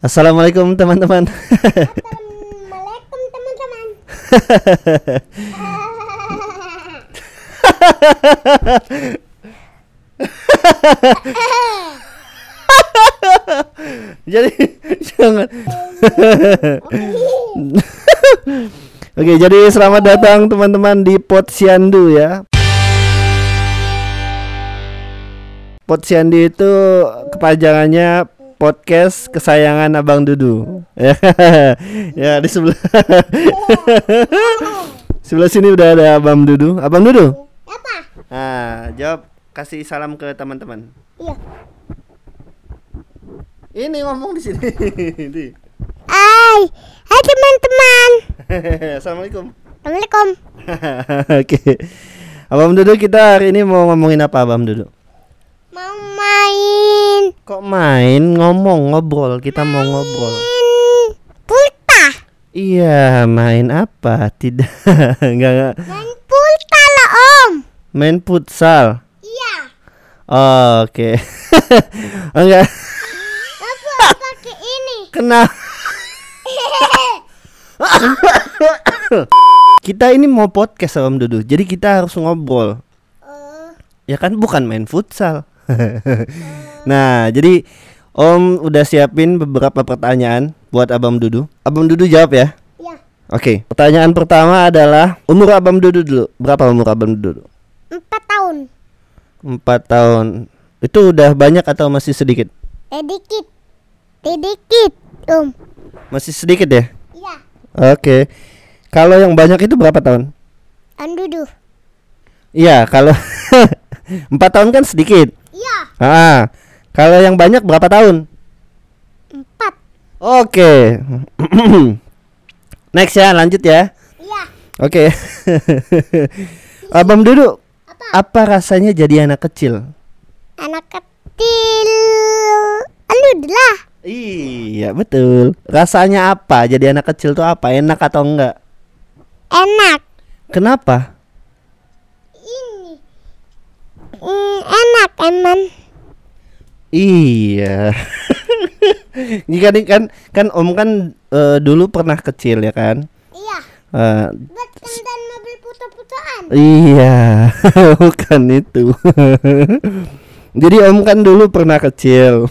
Assalamualaikum teman-teman. Assalamualaikum teman-teman. Jadi jangan. Oke, jadi selamat datang teman-teman di Posyandu ya. Posyandu itu kepanjangannya podcast kesayangan Abang Dudu. Ya, di sebelah sebelah sini udah ada Abang Dudu. Abang Dudu. Apa? Nah, jawab, kasih salam ke teman-teman. Iya. Ini ngomong di sini. Hai teman-teman. Assalamualaikum. Assalamualaikum. Oke. Abang Dudu, kita hari ini mau ngomongin apa, Abang Dudu? Mau main. Kok main? Ngobrol. Kita mau ngobrol. Main pulta. Iya, main apa? Tidak. Enggak. Main pulta lah Om. Main futsal. Iya. Oh, oke. Enggak. Apa pakai ini? Kenapa? Kita ini mau podcast, Abang Dudu. Jadi kita harus ngobrol. Ya kan, bukan main futsal. Nah, jadi Om udah siapin beberapa pertanyaan buat Abang Dudu. Abang Dudu jawab ya. Iya. Oke, pertanyaan pertama adalah umur Abang Dudu dulu. Berapa umur Abang Dudu? 4 tahun. 4 tahun. Itu udah banyak atau masih sedikit? Sedikit. Om. Masih sedikit ya? Iya. Oke. Kalau yang banyak itu berapa tahun? Andudu. Iya, kalau 4 tahun kan sedikit. Iya. Kalau yang banyak berapa tahun? 4. Oke. Next ya, lanjut ya. Iya. Oke. Abang Dudu, Apa? apa rasanya jadi anak kecil? Anak kecil. Andudu lah. Iya, betul. Rasanya apa jadi anak kecil tuh apa? Enak atau enggak? Enak. Kenapa? Ini enak emang. Iya. Jika kan Om kan dulu pernah kecil ya kan? Iya. Eh, Dan mobil putar-putaran. Iya, bukan itu. Jadi Om kan dulu pernah kecil.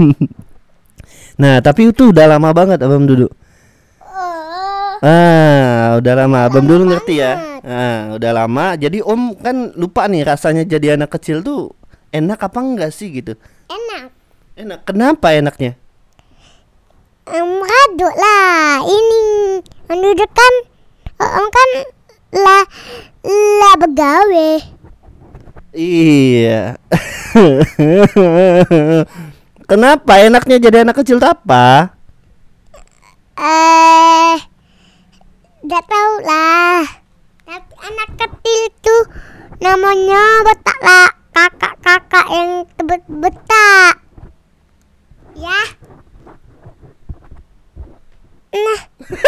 Nah, tapi itu udah lama banget Abang Dudu. Udah lama. Abang Dudu ngerti ya? Udah lama. Jadi Om kan lupa nih rasanya jadi anak kecil tuh enak apa enggak sih gitu. Enak. Enak. Kenapa enaknya? Raduk lah. Ini Andudu kan lah begawe. Iya. Kenapa enaknya jadi anak kecil tuh apa? Gak tau lah. Tapi anak kecil tuh namanya betak lah. Kakak-kakak yang betak. Ya. Nah.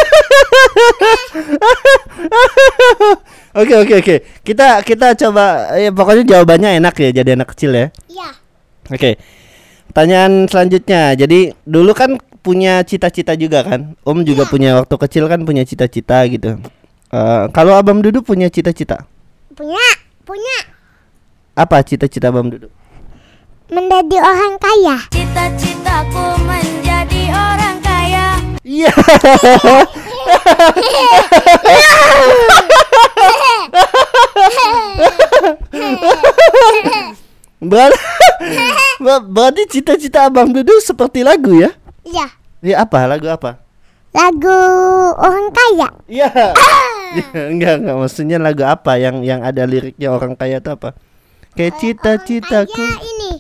Oke. Kita coba pokoknya jawabannya enak ya jadi anak kecil ya. Iya. Oke. Pertanyaan selanjutnya. Jadi dulu kan punya cita-cita juga kan? Om juga punya waktu kecil kan punya cita-cita gitu. Kalau Abang Dudu punya cita-cita? Punya. Apa cita-cita Abang Dudu? Menjadi orang kaya. Cita-citaku menjadi orang kaya. Iya. Berarti cita-cita Abang Dudu seperti lagu ya? Iya. Ya apa? Lagu apa? Lagu orang kaya. Iya. Enggak, maksudnya lagu apa yang ada liriknya orang kaya itu apa? Kayak cita-citaku. Kaya ini.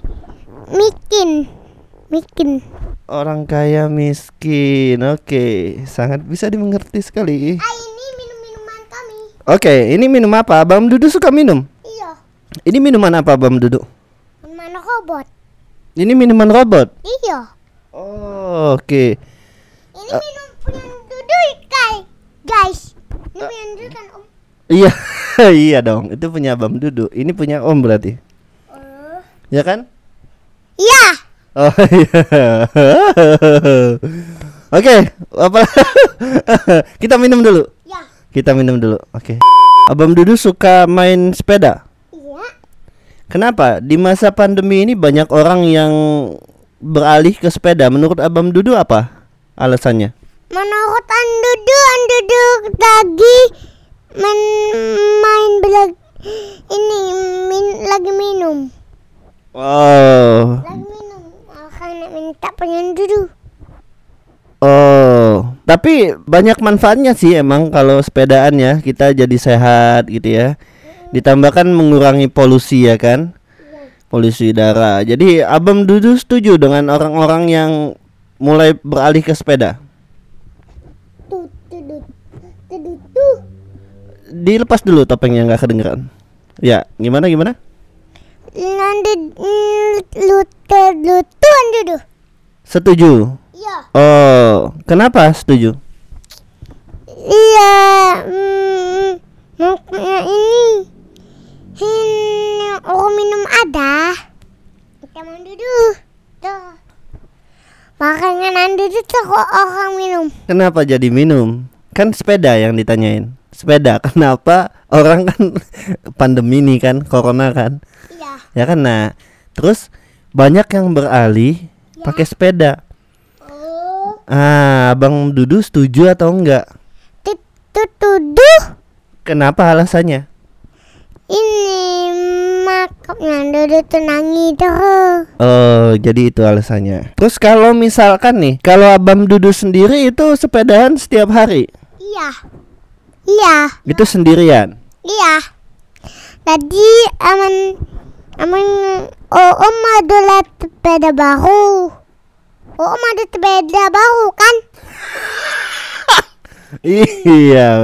Miskin. Orang kaya miskin. Oke, sangat bisa dimengerti sekali. Ini minuman kami. Oke, ini minum apa? Abang Dudu suka minum? Iya. Ini minuman apa Abang Dudu? Minuman robot. Ini minuman robot. Iya. Oh, oke. Ini minum punya Dudu guys. Ini punya Dudu kan Om. Iya. Iya dong, itu punya Abang Dudu. Ini punya Om berarti. Ya kan? Iya. Oh iya. Oke, apa? Kita minum dulu. Ya. Kita minum dulu. Oke. Abang Dudu suka main sepeda. Iya. Kenapa? Di masa pandemi ini banyak orang yang beralih ke sepeda. Menurut Abang Dudu apa alasannya? Menurut Andudu lagi main belag ini lagi minum. Oh. Lagi minum. Akan minta punya Andudu. Oh, tapi banyak manfaatnya sih emang kalau sepedaan ya, kita jadi sehat gitu ya. Ditambahkan mengurangi polusi ya kan? Polusi udara. Jadi Abang Dudu setuju dengan orang-orang yang mulai beralih ke sepeda. Tuh. Dilepas dulu topengnya, nggak kedengeran. Ya, gimana? Andudu. Setuju. Iya. Oh, kenapa setuju? Iya. Makanya ini orang minum ada. Kita mau duduk. Tuh. Makanya nanti tuh kok orang minum. Kenapa jadi minum? Kan sepeda yang ditanyain. Sepeda, kenapa orang kan pandemi nih kan, corona kan? Iya. Ya kan, nah terus banyak yang beralih pakai sepeda. Oh. Abang Dudu setuju atau enggak? Tuduh. Kenapa alasannya? Ini makanya duduk tenangi terus. Oh, jadi itu alasannya. Terus kalau misalkan nih, kalau Abang Dudu sendiri itu sepedaan setiap hari? Iya. Itu sendirian? Iya. Tadi Om ada sepeda baru. Om ada sepeda baru kan? Iya,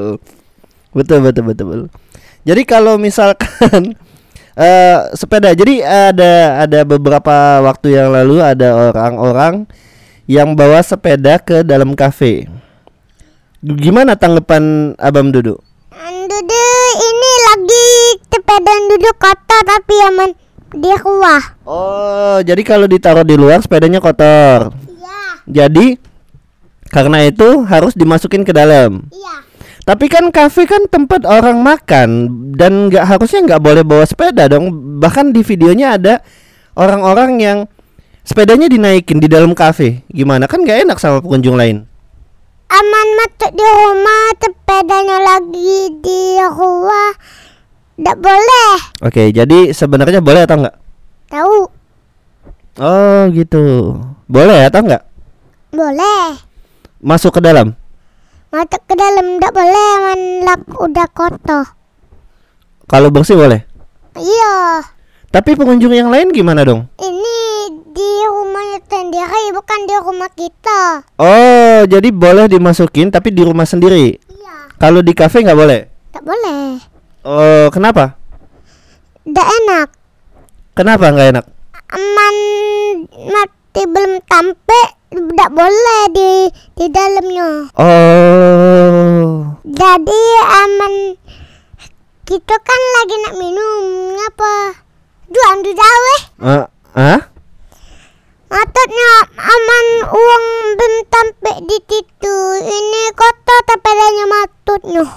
betul. Jadi kalau misalkan sepeda, jadi ada beberapa waktu yang lalu ada orang-orang yang bawa sepeda ke dalam kafe. Gimana tanggapan Abang Dudu? Dudu ini lagi sepeda duduk kotor tapi aman di rumah. Oh, jadi kalau ditaruh di luar sepedanya kotor. Iya. Jadi karena itu harus dimasukin ke dalam. Iya. Tapi kan kafe kan tempat orang makan dan harusnya nggak boleh bawa sepeda dong. Bahkan di videonya ada orang-orang yang sepedanya dinaikin di dalam kafe. Gimana, kan nggak enak sama pengunjung lain. Aman masuk di rumah, sepedanya lagi di rumah. Nggak boleh. Oke, jadi sebenarnya boleh atau enggak? Tahu? Oh gitu. Boleh atau enggak? Boleh. Masuk ke dalam? Masuk ke dalam nggak boleh, udah kotor. Kalau bersih boleh? Iya. Tapi pengunjung yang lain gimana dong? Ini di rumahnya sendiri, bukan di rumah kita. Oh, jadi boleh dimasukin tapi di rumah sendiri. Iya. Kalau di kafe nggak boleh? Nggak boleh. Oh, kenapa? Nggak enak. Kenapa nggak enak? Aman mati belum sampai, nggak boleh di dalamnya. Oh. Jadi aman, kita kan lagi nak minum, ngapa? Jual di dawe. Maksudnya aman uang belum sampai di situ. Ini kotor sepedanya maksudnya.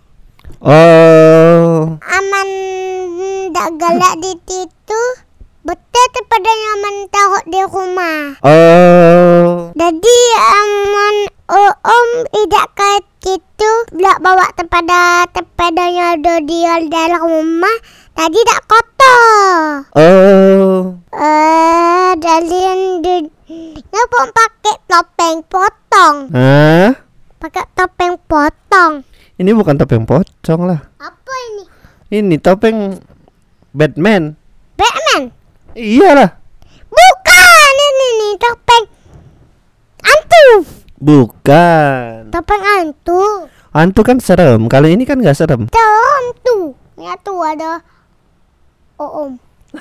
Oh. Aman ndak galak di situ. Betul sepedanya aman taruh di rumah. Oh. Jadi aman om tidak kayak gitu, ndak bawa sepedanya ada di dalam rumah. Tadi tak kotor. Oh. Dalian ngapa pakai topeng potong? Hah? Pakai topeng potong. Ini bukan topeng pocong lah. Apa ini? Ini topeng Batman. Batman? Iyalah. Bukan, ini nih topeng hantu. Bukan. Topeng hantu. Hantu kan serem. Kalau ini kan nggak serem. Itu hantu. Ya tuh ada om.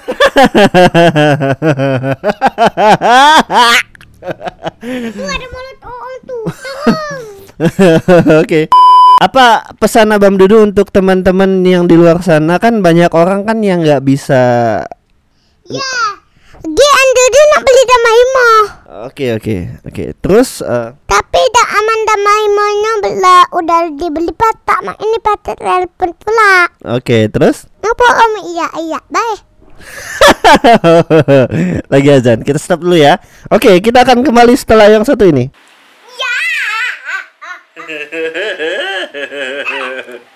Tuh ada mulut om tuh. Oke. Apa pesan Abang Dudu untuk teman-teman yang di luar sana? Kan banyak orang kan yang nggak bisa. Ya, G and Dudu nak beli Damaimo. Oke. Terus Tapi dah aman Damaimonya udah dibeli patak. Mak ini patak telepon pula. oke, terus Ngapa om? Iya, bye. lagi azan. Kita stop dulu ya. Oke, kita akan kembali setelah yang satu ini. Ya.